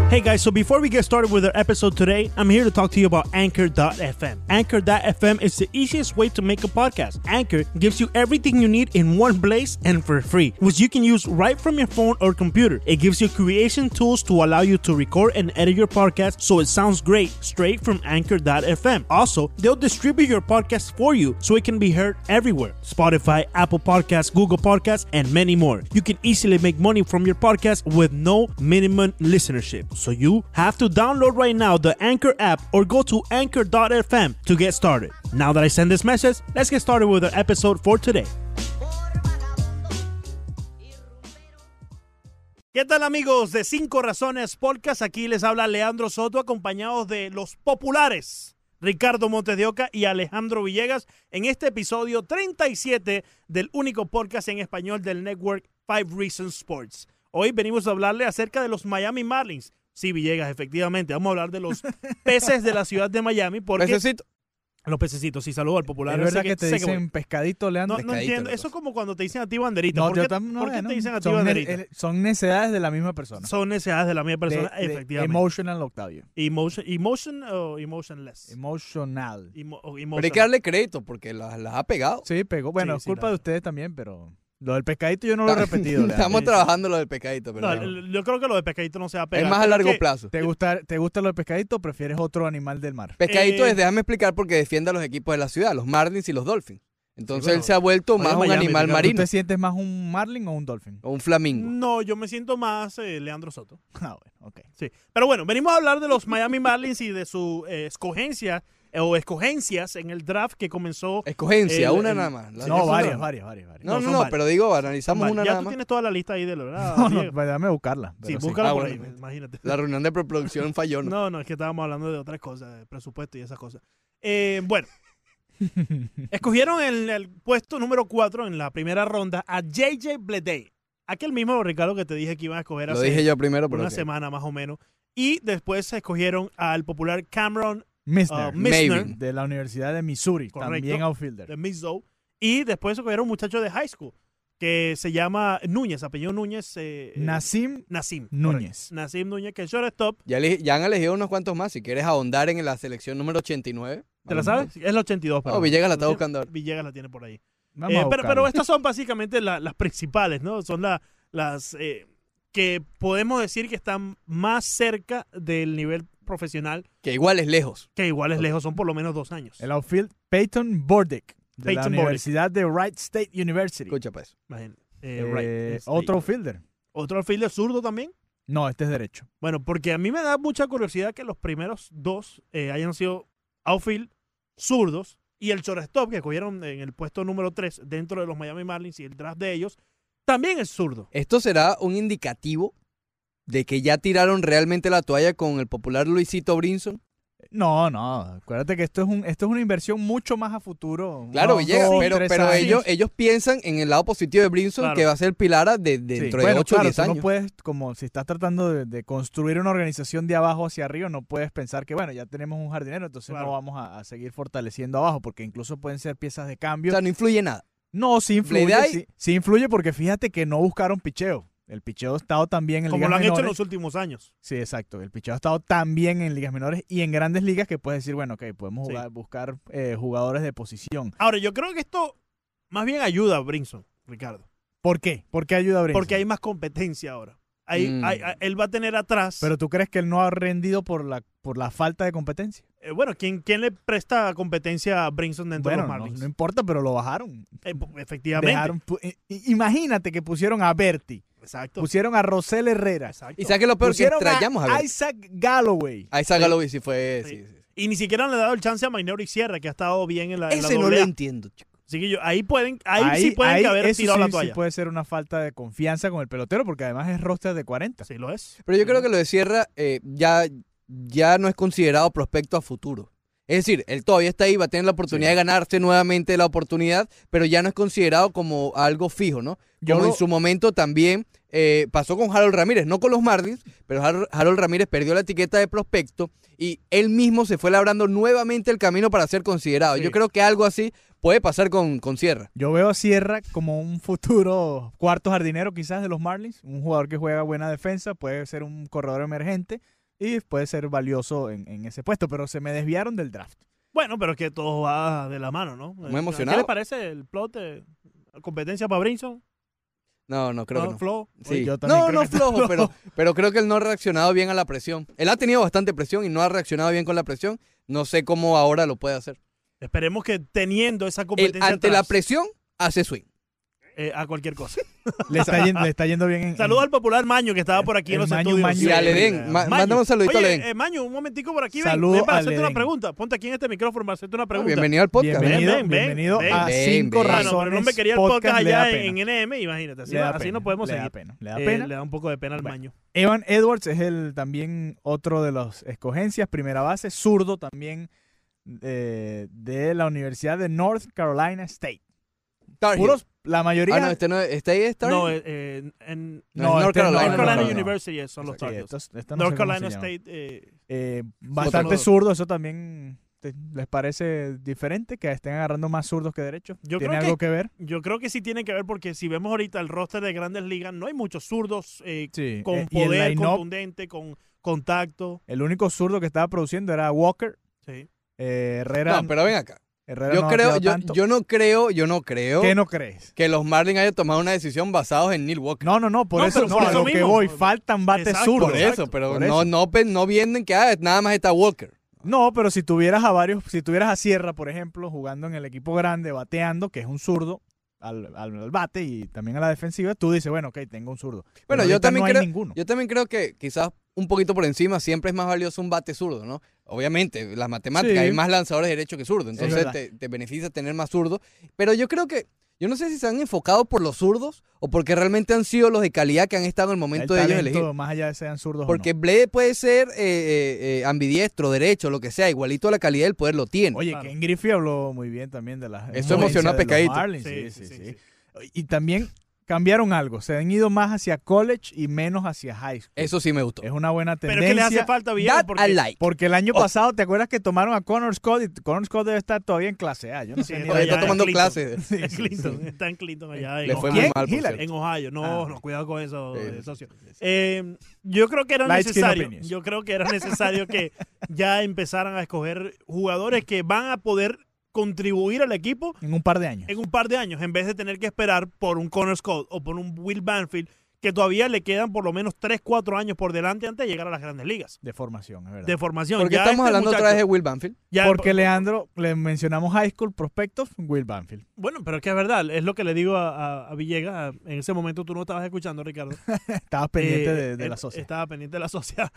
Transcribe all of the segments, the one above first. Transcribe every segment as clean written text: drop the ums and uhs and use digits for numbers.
Hey guys, so before we get started with our episode today, I'm here to talk to you about Anchor.fm. Anchor.fm is the easiest way to make a podcast. Anchor gives you everything you need in one place and for free, which you can use right from your phone or computer. It gives you creation tools to allow you to record and edit your podcast so it sounds great straight from Anchor.fm. Also, they'll distribute your podcast for you so it can be heard everywhere. Spotify, Apple Podcasts, Google Podcasts, and many more. You can easily make money from your podcast with no minimum listenership. So you have to download right now the Anchor app or go to Anchor.fm to get started. Now that I send this message, let's get started with our episode for today. ¿Qué tal amigos de 5 Razones Podcast? Aquí les habla Leandro Soto acompañados de los populares Ricardo Montes de Oca y Alejandro Villegas en este episodio 37 del único podcast en español del network 5 Reasons Sports. Hoy venimos a hablarle acerca de los Miami Marlins. Sí, Villegas, efectivamente. Vamos a hablar de los peces de la ciudad de Miami. Porque ¿Pececito? Los pececitos, sí, saludo al popular. ¿Es verdad que te dicen pescadito, Leandro? No entiendo. Eso es como cuando te dicen a ti banderita. No, ¿Por qué te dicen a ti banderita? Son necedades de la misma persona. Son necedades de la misma persona, efectivamente. Emotional, Octavio. Emotion o emotionless. Emotional. Pero hay que darle crédito porque las ha pegado. Sí, pegó. Bueno, sí, culpa de ustedes también, pero lo del pescadito yo no lo he repetido. Leandro. Estamos trabajando lo del pescadito. Pero yo creo que lo de pescadito no se va a pegar. es más a largo plazo. ¿Te gusta lo del pescadito o prefieres otro animal del mar? Pescadito es, déjame explicar, porque defiende a los equipos de la ciudad, los Marlins y los Dolphins. Entonces él se ha vuelto más un animal marino. ¿Tú te sientes más un marlin o un dolphin? O un flamingo. No, yo me siento más Leandro Soto. Ah, bueno, ok. Sí. Pero bueno, venimos a hablar de los Miami Marlins y de su escogencias en el draft que comenzó. Escogencia, una nada más. No, varias. No, pero digo, analizamos una ya nada tú más. tienes toda la lista ahí de lo verdad. No, déjame buscarla. Sí, búscala por ahí, bueno. imagínate. La reunión de preproducción falló, ¿no? No, es que estábamos hablando de otras cosas, de presupuesto y esas cosas. Bueno. Escogieron el puesto número 4 en la primera ronda a J.J. Bleday. Aquel mismo, Ricardo, que te dije que iban a escoger Lo dije yo primero, pero una semana más o menos. Y después escogieron al popular Cameron Misner de la Universidad de Missouri, correcto, también outfielder. De Mizzou. Y después escogieron un muchacho de high school que se llama Núñez, apellido Núñez. Nasim Núñez. Nasim Núñez, que es shortstop. Ya han elegido unos cuantos más. Si quieres ahondar en la selección número 89. ¿Te la sabes? Es la 82. No, Villegas la está buscando ahora. Villegas la tiene por ahí. Pero estas son básicamente las principales, ¿no? Son las que podemos decir que están más cerca del nivel profesional. Que igual es lejos. Que igual es lejos, son por lo menos 2 años. El outfield, Peyton Bordick, de la Peyton Universidad de Wright State University. Escucha pues. Otro outfielder. ¿Otro outfielder zurdo también? No, este es derecho. Bueno, porque a mí me da mucha curiosidad que los primeros 2 hayan sido outfield zurdos y el shortstop que cogieron en el puesto número 3 dentro de los Miami Marlins y el draft de ellos también es zurdo. Esto será un indicativo de que ya tiraron realmente la toalla con el popular Luisito Brinson. No, acuérdate que esto es una inversión mucho más a futuro. Claro, Villegas, pero ellos piensan en el lado positivo de Brinson, claro, que va a ser pilar dentro de 8 o 10 años. No puedes, como si estás tratando de construir una organización de abajo hacia arriba, no puedes pensar que, bueno, ya tenemos un jardinero, entonces no vamos a seguir fortaleciendo abajo, porque incluso pueden ser piezas de cambio. O sea, no influye nada. No, sí influye, sí influye porque fíjate que no buscaron picheo. El picheo ha estado también en ligas menores. Como lo han hecho en los últimos años. Sí, exacto. El picheo ha estado tan bien en ligas menores y en grandes ligas que puedes decir, bueno, ok, podemos buscar jugadores de posición. Ahora, yo creo que esto más bien ayuda a Brinson, Ricardo. ¿Por qué? ¿Por qué ayuda a Brinson? Porque hay más competencia ahora. Él va a tener atrás. ¿Pero tú crees que él no ha rendido por la falta de competencia? Bueno, ¿quién le presta competencia a Brinson dentro de los Marlins? No importa, pero lo bajaron. Efectivamente. Imagínate que pusieron a Berti. Exacto. Pusieron a Rosel Herrera. Exacto. Y sabes que lo peor que traíamos a Isaac Galloway. Isaac Galloway sí fue. Sí. Y ni siquiera le ha dado el chance a Maineri Sierra, que ha estado bien en la Ese no lo entiendo, chico. Así que ahí sí pueden haber tirado la toalla. Sí puede ser una falta de confianza con el pelotero, porque además es roster de 40. Sí, lo es. Pero yo creo que lo de Sierra ya no es considerado prospecto a futuro. Es decir, él todavía está ahí, va a tener la oportunidad de ganarse nuevamente la oportunidad, pero ya no es considerado como algo fijo, ¿no? Como en su momento también pasó con Harold Ramírez, no con los Marlins, pero Harold Ramírez perdió la etiqueta de prospecto y él mismo se fue labrando nuevamente el camino para ser considerado. Sí. Yo creo que algo así puede pasar con Sierra. Yo veo a Sierra como un futuro cuarto jardinero quizás de los Marlins, un jugador que juega buena defensa, puede ser un corredor emergente y puede ser valioso en ese puesto, pero se me desviaron del draft. Bueno, pero es que todo va de la mano, ¿no? Muy emocionado. ¿Qué le parece el plot de competencia para Brinson? No, creo que no. ¿Flojo? Sí. Yo también no flojo, pero creo que él no ha reaccionado bien a la presión. Él ha tenido bastante presión y no ha reaccionado bien con la presión. No sé cómo ahora lo puede hacer. Esperemos que teniendo esa competencia ante la presión, hace swing. A cualquier cosa. Le está yendo bien. Saludos al popular Maño que estaba por aquí en los estudios. Y a Ledén. Mándame un saludito a Ledén. Maño, un momentico por aquí. Saludos ven para a hacerte Ledén. una pregunta. Ponte aquí en este micrófono para hacerte una pregunta. Bienvenido al podcast. Bienvenido a 5 razones. Bueno, pero no me quería el podcast allá en NM, imagínate. Así no podemos seguir. Le da pena. Le da un poco de pena al Maño. Evan Edwards es también otro de las escogencias, primera base, zurdo también de la Universidad de North Carolina State. Puros, la mayoría. No, ¿está ahí Star No, North Carolina University son los Tar Heels. North Carolina State. Bastante zurdo, eso también les parece diferente, que estén agarrando más zurdos que derechos. ¿Tiene algo que ver? Yo creo que sí tiene que ver porque si vemos ahorita el roster de Grandes Ligas, no hay muchos zurdos con poder contundente, con contacto. El único zurdo que estaba produciendo era Walker. Sí. Herrera. No, pero ven acá. Herrera Yo no creo. ¿Qué no crees? Que los Marlins hayan tomado una decisión basados en Neil Walker. No, por eso a lo que voy, faltan bates zurdos. Por eso, pero no vienen que nada más está Walker. No, pero si tuvieras a Sierra, por ejemplo, jugando en el equipo grande, bateando, que es un zurdo, al bate y también a la defensiva, tú dices, bueno, ok, tengo un zurdo. Bueno, yo también creo que quizás un poquito por encima siempre es más valioso un bate zurdo, ¿no? Obviamente, las matemáticas, hay más lanzadores derechos que zurdos, entonces te beneficia tener más zurdos. Pero yo creo que, yo no sé si se han enfocado por los zurdos o porque realmente han sido los de calidad que han estado en el momento de ellos elegir. Más allá de sean zurdos porque o no. Blade puede ser ambidiestro, derecho, lo que sea, igualito la calidad del poder lo tiene. Oye, Ken Griffey habló muy bien también de las... Eso emocionó a Pescadito. Sí. Y también cambiaron algo, se han ido más hacia college y menos hacia high school. Eso sí me gustó. Es una buena tendencia. Pero es que le hace falta bien porque el año pasado, ¿te acuerdas que tomaron a Connor Scott? Y Connor Scott debe estar todavía en clase A. Yo no sé. Está tomando clases. Está en Clinton allá. Le fue muy mal, en Ohio. No, cuidado con eso, socio. Yo creo que era necesario. Yo creo que era necesario que ya empezaran a escoger jugadores que van a poder contribuir al equipo en un par de años. En vez de tener que esperar por un Connor Scott o por un Will Banfield, que todavía le quedan por lo menos 3-4 años por delante antes de llegar a las Grandes Ligas. De formación, es verdad. De formación. ¿Por qué estamos hablando otra vez de Will Banfield? Porque Leandro, le mencionamos high school prospectos, Will Banfield. Bueno, pero es que es verdad, es lo que le digo a Villegas. En ese momento tú no estabas escuchando, Ricardo. Estabas pendiente de la socia. Estaba pendiente de la socia.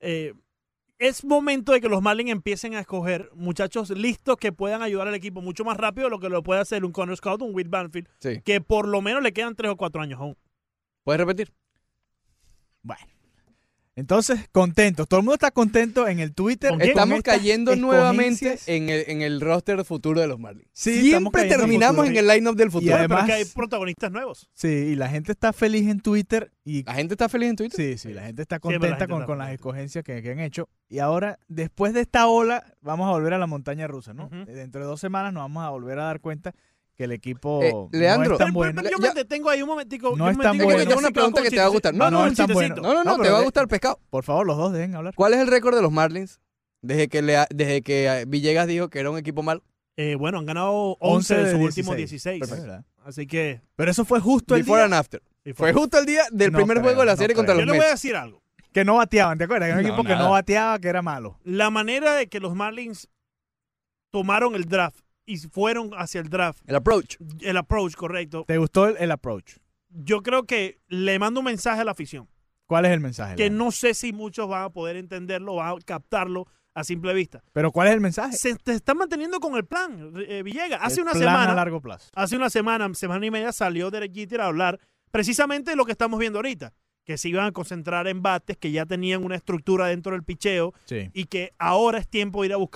Es momento de que los Marlins empiecen a escoger muchachos listos que puedan ayudar al equipo mucho más rápido de lo que lo puede hacer un Connor Scott, un Will Banfield, que por lo menos le quedan 3 o 4 años aún. ¿Puedes repetir? Bueno. Entonces, contentos. Todo el mundo está contento en el Twitter. Estamos cayendo nuevamente en el roster futuro de los Marlins. Sí, siempre terminamos en el line-up del futuro. Y además, porque hay protagonistas nuevos. Sí, y la gente está feliz en Twitter. ¿La gente está feliz en Twitter? Sí, la gente está contenta con las escogencias que han hecho. Y ahora, después de esta ola, vamos a volver a la montaña rusa, ¿no? Dentro de 2 semanas nos vamos a volver a dar cuenta que el equipo Leandro, no es tan bueno. Pero yo me detengo ahí un momentico. No es tan bueno. Tengo una pregunta que te va a gustar. No es tan bueno. No, te va a gustar, Pescado. Por favor, los dos dejen hablar. ¿Cuál es el récord de los Marlins desde que Villegas dijo que era un equipo malo? Bueno, han ganado 11 de sus últimos 16. Perfecto. Así que... Pero eso fue justo el Before día. and after. Fue justo el día del primer juego de la serie contra los Mets. Yo le voy a decir algo. Que no bateaban, ¿te acuerdas? Que era un equipo que no bateaba, que era malo. La manera de que los Marlins tomaron el draft y fueron hacia el draft. El approach. El approach, correcto. ¿Te gustó el approach? Yo creo que le mando un mensaje a la afición. ¿Cuál es el mensaje? Que no sé si muchos van a poder entenderlo, van a captarlo a simple vista. ¿Pero cuál es el mensaje? Se están manteniendo con el plan, Villegas. Hace una plan semana, a largo plazo. Hace una semana y media salió Derek Jeter a hablar precisamente de lo que estamos viendo ahorita. Que se iban a concentrar en bates, que ya tenían una estructura dentro del picheo y que ahora es tiempo de ir a buscar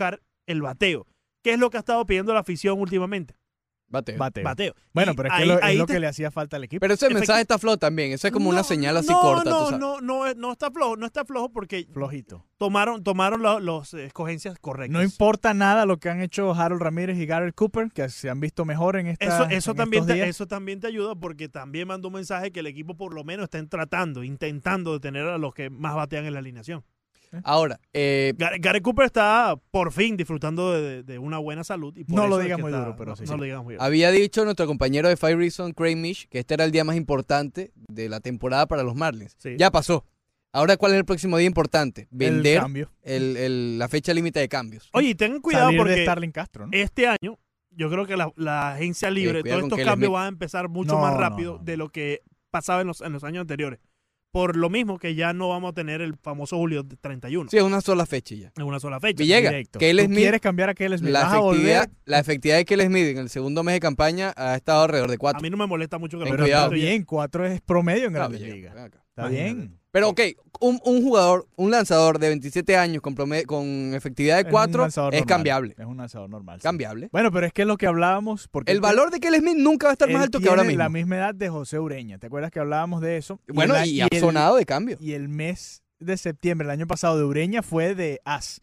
el bateo. ¿Qué es lo que ha estado pidiendo la afición últimamente? Bateo. Bueno, Y pero es ahí- que es ahí lo te- que le hacía falta al equipo. Pero ese mensaje está flojo también. Eso es como una señal así corta. tú sabes. No está flojo porque Flojito. tomaron las escogencias correctas. No importa nada lo que han hecho Harold Ramírez y Garrett Cooper, que se han visto mejor en Eso estos también días. eso también te ayuda porque también mandó un mensaje que el equipo por lo menos está intentando detener a los que más batean en la alineación. Ahora, Garrett Cooper está por fin disfrutando de una buena salud. Y por No eso lo es digas que muy está- duro, pero sí. No lo digas muy duro. había dicho nuestro compañero de Five Reasons, Craig Mish, que este era el día más importante de la temporada para los Marlins. Sí. Ya pasó. Ahora, ¿cuál es el próximo día importante? El Vender cambio. la fecha límite de cambios. Oye, y tengan cuidado Salir de porque Starling Castro, ¿no? este año yo creo que la agencia libre, cuidado todos con estos Kelly cambios Smith. van a empezar mucho No, más no, rápido no. de lo que pasaba en los años anteriores. Por lo mismo que ya no vamos a tener el famoso julio de 31 Sí, es una sola fecha ya. en una sola fecha. Villegas, Directo. Kelly ¿Tú Smith, quieres cambiar a Kelly Smith? la ¿Vas a volver? efectividad de Kelly Smith en el segundo mes de campaña ha estado alrededor de A 4. mí no me molesta mucho que Ten lo Pero cuidado. está bien, 4 es promedio en Grandes Villegas, Ligas. ven acá. Está bien. Pero ok, un jugador, un lanzador de 27 años con efectividad de Es un 4 lanzador es normal. cambiable. Es un lanzador normal. sí. Cambiable. Bueno, pero es que es lo que hablábamos. Porque El él valor de Kelly Smith nunca va a estar más él alto que ahora tiene mismo. la misma edad de José Ureña. ¿Te acuerdas que hablábamos de eso? Bueno, y ha sonado de cambio. Y el mes de septiembre del año pasado de Ureña fue de as,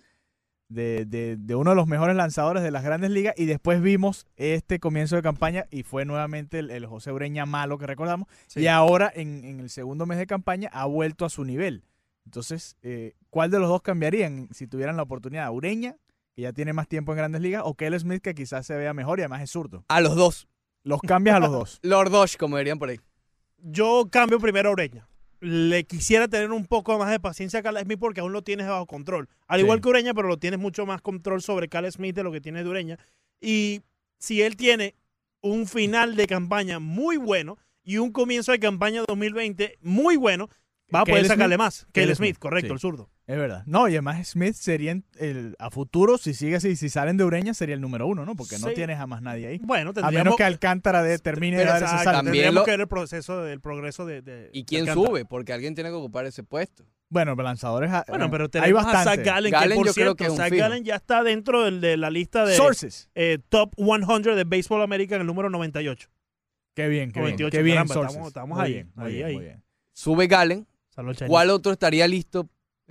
de uno de los mejores lanzadores de las Grandes Ligas, y después vimos este comienzo de campaña y fue nuevamente el José Ureña malo que recordamos, Sí. y ahora en el segundo mes de campaña ha vuelto a su nivel. Entonces, ¿cuál de los dos cambiarían si tuvieran la oportunidad? ¿Ureña, que ya tiene más tiempo en Grandes Ligas, o Kelly Smith, que quizás se vea mejor y además es zurdo? A los dos. Los cambias a los dos. Lord Dodge, como dirían por ahí. Yo cambio primero a Ureña. Le quisiera tener un poco más de paciencia a Cal Smith porque aún lo tienes bajo control. Al Sí. igual que Ureña, pero lo tienes mucho más control sobre Cal Smith de lo que tiene de Ureña. Y si él tiene un final de campaña muy bueno y un comienzo de campaña 2020 muy bueno, va a poder Kelly sacarle Smith. más. Kelly Kelly Smith, Smith, correcto, sí. el zurdo. Es verdad. No, y además Smith sería a futuro, si sigue así, si salen de Ureña, sería el número 1, ¿no? Porque no Sí. tienes a más nadie ahí. Bueno, A tendríamos menos que Alcántara termine de pero dar ese exacto, salto. también tendríamos lo- que ver el progreso de ¿Y quién Alcántara. sube? Porque alguien tiene que ocupar ese puesto. Bueno, lanzadores Bueno, pero hay tenemos a Zach bastante. Gallen, Gallen que por yo creo cierto, que es un Zach fijo. Gallen ya está dentro de la lista de Sources. Top 100 de Baseball America en el número 98. Qué bien, qué bien. 98, Qué bien, caramba, Sources. estamos Muy ahí, bien, muy ahí, bien, ahí. muy bien. Sube Gallen. Saludos, Chinese. ¿Cuál otro estaría listo?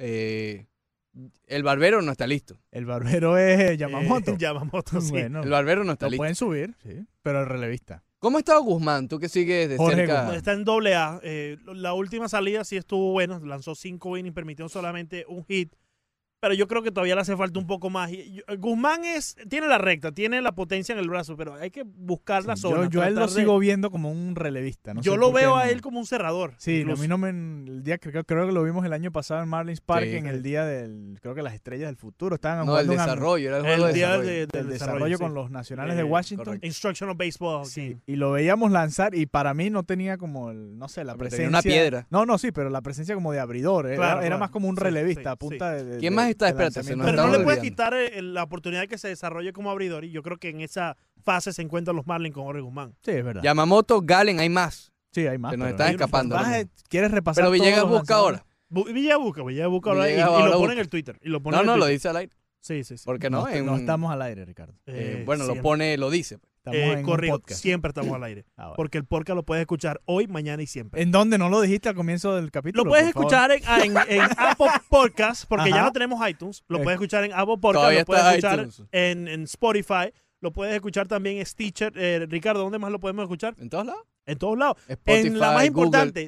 El Barbero no está listo. El barbero es Yamamoto. Yamamoto, sí. Bueno, El Barbero no está lo listo. pueden subir, sí, pero el relevista. ¿Cómo ha estado Guzmán? Tú que sigues de Jorge cerca. Guzmán. Está en AA. La última salida sí estuvo buena. Lanzó 5 innings, permitió solamente un hit. Pero yo creo que todavía le hace falta un poco más. Guzmán tiene la recta, tiene la potencia en el brazo, pero hay que buscar la Sí, zona. yo a él lo tratar de- sigo viendo como un relevista. No yo sé lo por qué veo a no. él como un cerrador. Sí, incluso. a mí no me... El día creo que lo vimos el año pasado en Marlins Park, Sí. en el día del... Creo que las estrellas del futuro. Estaban No, el jugando desarrollo. Era el juego El de día desarrollo. del del desarrollo sí. con los nacionales Eh, de Washington. correcto. Instructional Baseball. Sí, Game. y lo veíamos lanzar y para mí no tenía como, no sé, la Pero presencia. tenía una piedra. No, sí, pero la presencia como de abridor. Claro, Era claro. más como un Sí, relevista sí, a punta de ¿Quién más está? de Espérate, se lanzamiento. nos Pero no estamos le puedes olvidando. quitar la oportunidad de que se desarrolle como abridor. Y yo creo que en esa fase se encuentran los Marlins con Jorge Guzmán. Sí, es verdad. Yamamoto, Gallen, hay más. Sí, hay más. Se nos pero- están escapando. ¿Quieres repasar Pero Villegas todos los busca lanzadores? ahora. Villegas busca ahora Villegas y ahora lo pone busca. en el Twitter. Y lo pone No, en el no, lo Twitter. dice al aire. Sí, sí, sí. ¿Por qué no? No, En no un- estamos al aire, Ricardo. bueno, lo siempre. pone, lo dice. Estamos en un Corrijo, podcast. siempre estamos al aire. Ah, bueno. Porque el podcast lo puedes escuchar hoy, mañana y siempre. ¿En dónde? ¿No lo dijiste al comienzo del capítulo? Lo puedes por favor? escuchar en Apple Podcast, porque ya Ajá. no tenemos iTunes. Lo Eh, puedes escuchar en Apple Podcast, todavía lo puedes está escuchar iTunes. en Spotify, lo puedes escuchar también en Stitcher. Ricardo, ¿dónde más lo podemos escuchar? ¿En todos lados? En todos lados. Spotify, En la más Google, importante,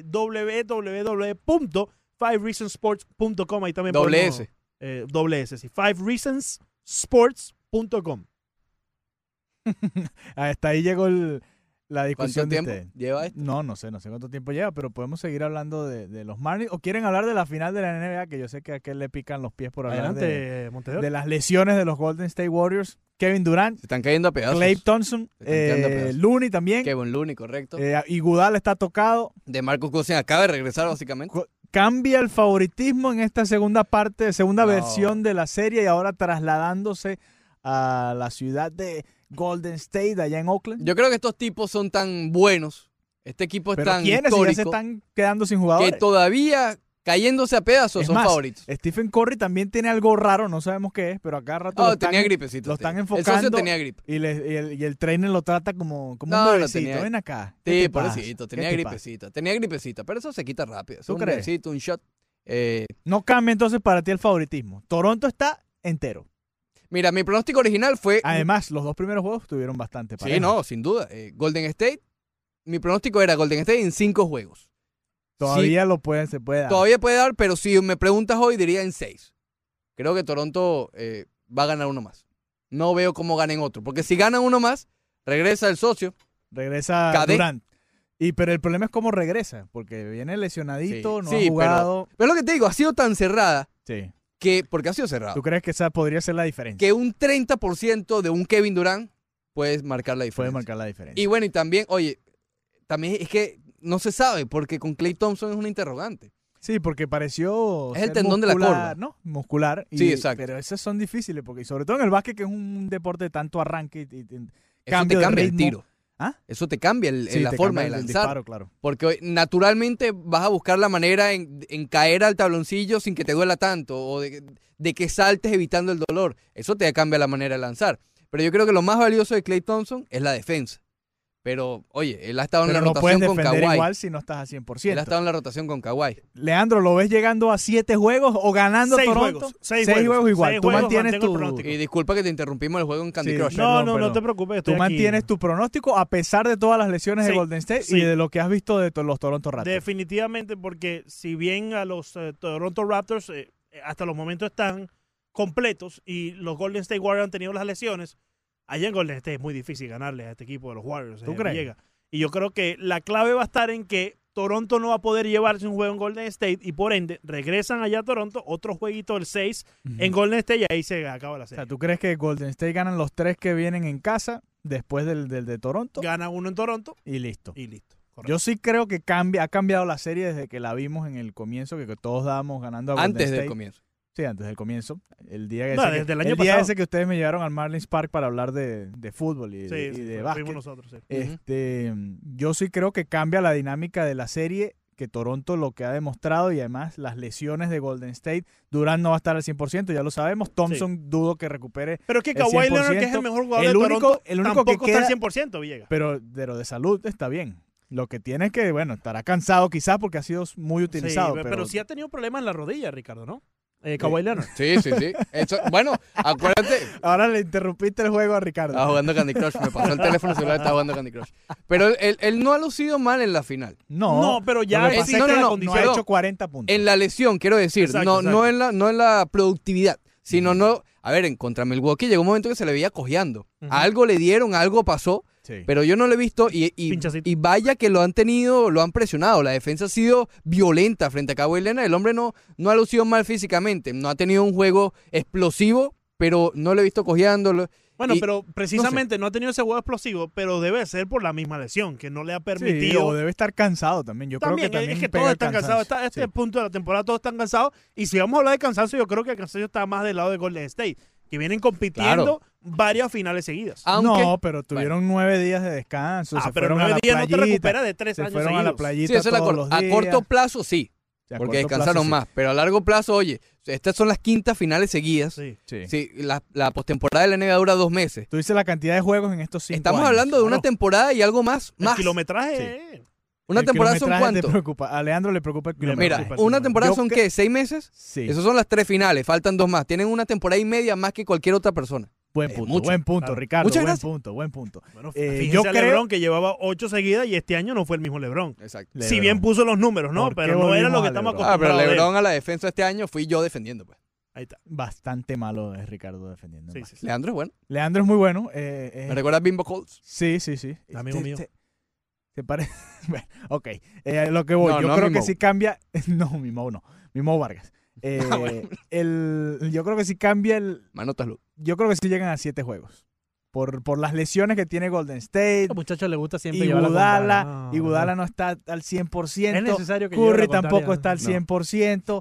www.5reasonsports.com. Ahí también doble podemos- S. doble S, sí. 5reasonsports.com. Hasta ahí llegó la ¿Cuánto discusión de tiempo ustedes. lleva esto? No sé cuánto tiempo lleva, pero podemos seguir hablando de los Marlins. ¿O quieren hablar de la final de la NBA? Que yo sé que a aquel le pican los pies por hablar Adelante, Montevideo. de las lesiones de los Golden State Warriors. Kevin Durant, Se están cayendo a pedazos. Clay Thompson, Se están quedando a pedazos. Looney también. Kevin Looney, correcto. Y Gudal está tocado. De Marcus Cousins acaba de regresar, básicamente. Cambia el favoritismo en esta segunda No. versión de la serie y ahora trasladándose a la ciudad de Golden State, allá en Oakland. Yo creo que estos tipos son tan buenos. Este equipo es Pero tan ¿quiénes? Si ya se histórico están quedando sin que jugadores. todavía cayéndose a pedazos, Es son más, favoritos. Stephen Curry también tiene algo raro, no sabemos qué es, pero a cada rato Tenía gripecito. lo están El socio enfocando tenía gripe. y el trainer lo trata como un No, bebecito. tenía- Ven acá. ¿qué Sí, te pasa? pobrecito, ¿Qué tenía te gripecita. Tenía gripecita, pero eso se quita rápido. ¿Tú Un crees? besito, un shot. No cambia entonces para ti el favoritismo. Toronto está entero. Mira, mi pronóstico original fue... Además, los dos primeros juegos tuvieron bastante Sí, parejos. no, sin duda. Golden State, mi pronóstico era Golden State en 5 juegos. Todavía se puede dar. Todavía puede dar, pero si me preguntas hoy, diría en 6. Creo que Toronto va a ganar uno más. No veo cómo ganen otro, porque si ganan uno más, regresa el socio. Regresa KD. Durant. Pero el problema es cómo regresa, porque viene lesionadito, no Sí, ha jugado. Pero lo que te digo, ha sido tan cerrada Sí. porque ha sido cerrada, ¿Tú crees que esa podría ser la diferencia? que un 30% de un Kevin Durant puede marcar la Puede diferencia. marcar la diferencia. Y bueno, y también, oye, también es que no se sabe, porque con Klay Thompson es una interrogante. Sí, porque pareció Es el ser tendón de la muscular, corva. ¿no? Muscular. Sí, exacto. Pero esas son difíciles, porque sobre todo en el básquet, que es un deporte de tanto arranque y Eso cambio te de cambia el ritmo. tiro. ¿Ah? Eso te cambia Sí, la te forma cambia de el lanzar. disparo, claro. Porque naturalmente vas a buscar la manera en caer al tabloncillo sin que te duela tanto o de que saltes evitando el dolor. Eso te cambia la manera de lanzar. Pero yo creo que lo más valioso de Klay Thompson es la defensa. Pero, oye, él ha estado en Pero la no puedes rotación con defender Kawhi. igual si no estás a 100%. Él ha estado en la rotación con Kawhi. Leandro, ¿lo ves llegando a 7 juegos o ganando 6 Toronto? juegos. 6 6 juegos igual. 6 Tú juegos, mantienes mantengo el tu... pronóstico. Y disculpa que te interrumpimos el juego en Candy Sí, Crush. perdón, No, perdón. te preocupes. Tú estoy aquí. mantienes tu pronóstico a pesar de todas las lesiones de Sí, Golden State sí. y de lo que has visto de los Toronto Raptors. Definitivamente, porque si bien a los Toronto Raptors hasta los momentos están completos y los Golden State Warriors han tenido las lesiones, allá en Golden State es muy difícil ganarle a este equipo de los Warriors. ¿Tú crees? Llega. Y yo creo que la clave va a estar en que Toronto no va a poder llevarse un juego en Golden State y por ende regresan allá a Toronto, otro jueguito el 6 en Golden State y ahí se acaba la O serie. sea, ¿tú crees que Golden State ganan los 3 que vienen en casa después del de Toronto? Gana uno en Toronto Y listo. y listo. Correcto. Yo sí creo que ha cambiado la serie desde que la vimos en el comienzo, que todos dábamos ganando a Golden Antes State. del comienzo. Sí, antes del comienzo. El día, No, ese, desde el que, año el día pasado. ese que ustedes me llevaron al Marlins Park para hablar de fútbol y Sí, de fuimos básquet. nosotros. Sí. Yo sí creo que cambia la dinámica de la serie, que Toronto lo que ha demostrado y además las lesiones de Golden State. Durant no va a estar al 100%, ya lo sabemos. Thompson dudo que recupere, Pero es que el Kawhi Leonard, que es 100%, el mejor jugador el de único- Toronto, el único que tampoco está queda- al 100%, Villegas. pero de salud está bien. Lo que tiene es que, bueno, estará cansado quizás porque ha sido muy utilizado. Sí, pero sí ha tenido problemas en la rodilla, Ricardo, ¿no? Kawhi Leonard. Sí. Bueno, acuérdate, ahora le interrumpiste el juego a Ricardo. estaba jugando Candy Crush. Me pasó el teléfono celular, estaba jugando Candy Crush. Pero él no ha lucido mal en la final. No, pero ya lo que pasa existe es que la no condición. ha hecho 40 puntos. En la lesión, quiero decir, Exacto, no en la productividad, sino no. A ver, en contra Milwaukee llegó un momento que se le veía cojeando. Ujú. Algo le dieron, algo pasó, Sí. pero yo no lo he visto y Pinchacito. vaya que lo han tenido, lo han presionado. La defensa ha sido violenta frente a Kawhi Leonard. El hombre no ha lucido mal físicamente, no ha tenido un juego explosivo, pero no lo he visto cojeando. Bueno, Y- pero precisamente no ha tenido ese juego explosivo, pero debe ser por la misma lesión, que no le ha Sí, permitido. o debe estar cansado también. Yo También, creo que también es que pega todos el están cansancio. cansados. A este Sí. punto de la temporada todos están cansados. Y si vamos a hablar de cansancio, yo creo que el cansancio está más del lado de Golden State, que vienen compitiendo varias finales seguidas. Aunque, No, pero tuvieron 9 días de descanso. se pero fueron a 9 la días no te playita, recuperas de 3 se años fueron a la seguidos. playita sí, eso es todos los a días. corto plazo sí, Sí, a porque corto descansaron plazo, sí. más, pero a largo plazo, oye, estas son las quintas finales seguidas. Sí. Sí. Sí, la postemporada de la NBA dura 2 meses. Tú dices la cantidad de juegos en estos 5 Estamos años. hablando de una claro. temporada y algo más. El kilometraje. Una El temporada son kilometraje te cuánto. preocupa. A Leandro le preocupa el Mira, kilometraje. Mira, preocupa, una sí, temporada yo son cre- ¿qué? ¿6 meses? Sí. Esas son las 3 finales, faltan 2 más. Tienen una temporada y media más que cualquier otra persona. Buen Es punto, mucho. buen punto, Claro. Ricardo. Muchas buen gracias. punto, buen punto. Bueno, yo yo creo creo- LeBron que llevaba 8 seguidas y este año no fue el mismo LeBron. Exacto. LeBron. Si bien puso los números, ¿no? ¿Por qué Pero no era lo volvimos que a estamos LeBron? Ah, pero acostumbrados. de él. LeBron a la defensa este año fui yo defendiendo, pues. Ahí está. Bastante malo es Ricardo defendiendo. Sí, más. sí, sí. Leandro es bueno. Leandro es muy bueno. ¿Me recuerdas a Bimbo Colts? Sí. Amigo mío. ¿Te parece? Bueno, ok. Lo que voy, No, yo no a creo mi que Mo. sí cambia. No, mi Mo no. Mi Mo Vargas. Bueno. Yo creo que sí cambia Manotas Lu. Yo creo que sí llegan a 7 juegos. Por las lesiones que tiene Golden State. A los muchachos les gusta siempre Y llevar la Iguodala, contraria. Iguodala no está al 100%. Es necesario que lleve Curry la contraria. tampoco está al No. 100%.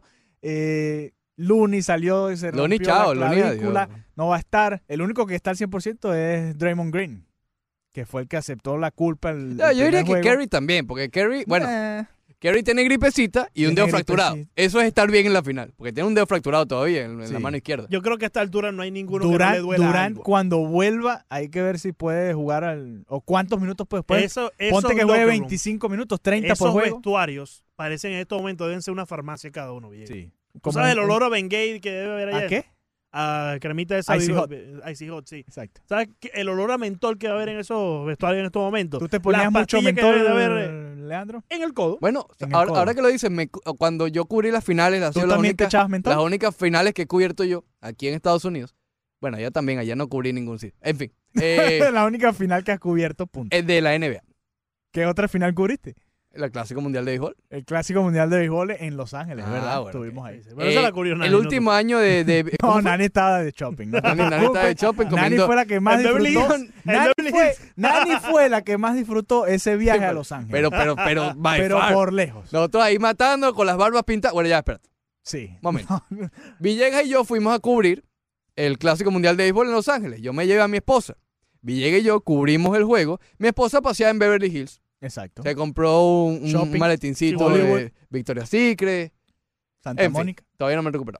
Looney salió y se Looney, rompió chao, la Looney, clavícula. adiós. No va a estar. El único que está al 100% es Draymond Green, que fue el que aceptó la culpa. No, yo diría que Kerry también, porque Kerry, bueno, Kerry tiene gripecita y un Tiene dedo fracturado. gripecita. Eso es estar bien en la final, porque tiene un dedo fracturado todavía en la Sí. mano izquierda. Yo creo que a esta altura no hay ninguno que no le Durant, duela algo. cuando vuelva, hay que ver si puede jugar o cuántos minutos puede jugar. Eso Ponte que juegue locker room, 25 minutos, 30 por esos juego. vestuarios parecen en estos momentos deben ser una farmacia cada uno, Villegas. Sí. ¿Tú sabes el olor a Bengay que debe haber allá? ¿A qué? A cremita de esa Icy Hot. Icy Hot, sí. Exacto. ¿Sabes el olor a mentol que va a haber en esos vestuarios en estos momentos? ¿Tú te ponías Las mucho pastillas que mentol, debe de haber Leandro? en el codo. Bueno, En el ahora, codo. ahora que lo dices, cuando yo cubrí las finales, ¿Tú también te echabas mentol? las únicas finales que he cubierto yo aquí en Estados Unidos, bueno, allá también, allá no cubrí ningún sitio. En fin, La única final que has cubierto, punto. es de la NBA, ¿Qué otra final cubriste? la Clásico Mundial de Béisbol. El Clásico Mundial de Béisbol en Los Ángeles, Ah, ¿verdad? bueno, Estuvimos ahí. Pero esa la cubrió Nani, el no último año de No, ¿cómo fue? Nani estaba de shopping. No te Nani estaba de preocupes. shopping Nani comiendo. fue la que más En Beverly disfrutó. Hills. En Beverly Nani fue la que más disfrutó ese viaje Sí, a pero- Los Ángeles. Pero, by Pero far. por lejos. Nosotros ahí matando con las barbas pintadas. Bueno, ya, espérate. Sí. Momento. Villegas y yo fuimos a cubrir el Clásico Mundial de Béisbol en Los Ángeles. Yo me llevé a mi esposa. Villegas y yo cubrimos el juego. Mi esposa paseaba en Beverly Hills. Exacto. Se compró un Shopping. maletincito Hollywood. de Victoria's Secret. Santa En fin, Mónica. todavía no me recupero.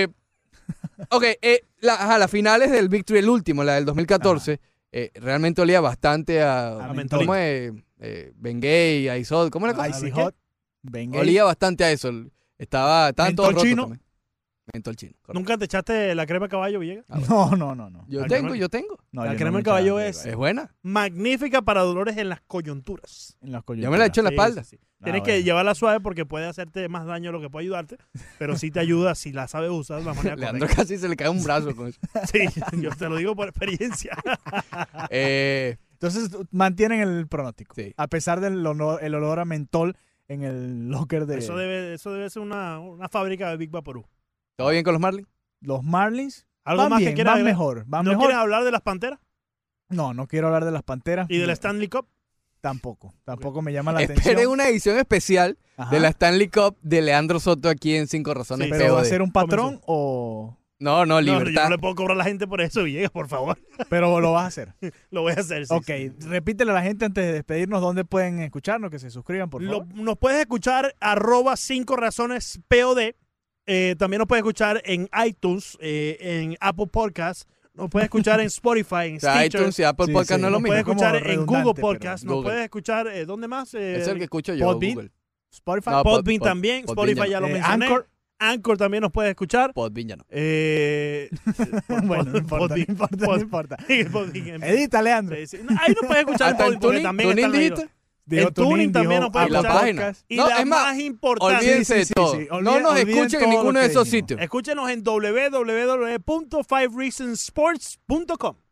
Ok, las finales del Victory, el último, la del 2014, realmente olía bastante a mentolito. ¿cómo es? Bengay, Ice Hot, ¿cómo era la cosa? Icy ¿qué? Hot. Bengay. Olía bastante a eso. Estaban todos Mentol rotos chino. también. Mentol chino. correcto. ¿Nunca te echaste la crema de caballo, Villegas? No. Yo La tengo. crema- No, La yo crema me de caballo echaba, es- Es buena. Magnífica para dolores en las coyunturas. En las Yo me la echo en la Sí, espalda. sí, sí. Tienes que llevarla suave porque puede hacerte más daño de lo que puede ayudarte, pero sí te ayuda si la sabes usar de la manera Leandro correcta. casi se le cae un brazo con eso. Sí, yo te lo digo por experiencia. Entonces mantienen el pronóstico. Sí. A pesar del el olor a mentol en el locker de Eso debe ser una fábrica de Big Vaporú. ¿Todo bien con los Marlins? los Marlins. ¿Algo Van más bien, que quieras van agregar? mejor. Van ¿No mejor. quieres hablar de las Panteras No quiero hablar de las Panteras. y de la No, Stanley Cup? Tampoco me llama la Esperen atención. una edición especial Ajá. de la Stanley Cup de Leandro Soto aquí en 5 Razones Sí, Pero va a POD. ser un patrón o... No, No, yo libertad. no le puedo cobrar a la gente por eso, Villegas, por favor. Pero lo vas a hacer. Lo voy a hacer, sí. Ok, sí. repítele a la gente antes de despedirnos dónde pueden escucharnos, que se suscriban, por favor. Nos puedes escuchar @5razones_POD. También nos puedes escuchar en iTunes, en Apple Podcasts. Nos puedes escuchar en Spotify, en O sea, Stitcher. iTunes y Apple Sí, Podcast sí. no es lo Nos mismo. puedes como escuchar en redundante, Google pero- Podcast. Nos Google. puedes escuchar, ¿dónde más? Es el que escucho yo, Podbean. Google. Spotify. No, Podbean Pod- también. Podbean Spotify ya ya lo mencioné. Anchor. Anchor también nos puedes escuchar. Podbean ya no. Bueno, no importa, no importa, no importa. Podbean. Edita, Leandro. Sí, sí. Ahí nos puedes escuchar en Hasta Podbean, en porque Tuning, también Tuning están ahí. dijiste. Dijo En Tuning también nos pueden Y la escuchar. página. Y No, la es más, más importante, Olvídense de sí, todo. sí. No nos Olviden escuchen en todo ninguno lo de que esos dijimos. sitios. escúchenos en www.5reasonsports.com.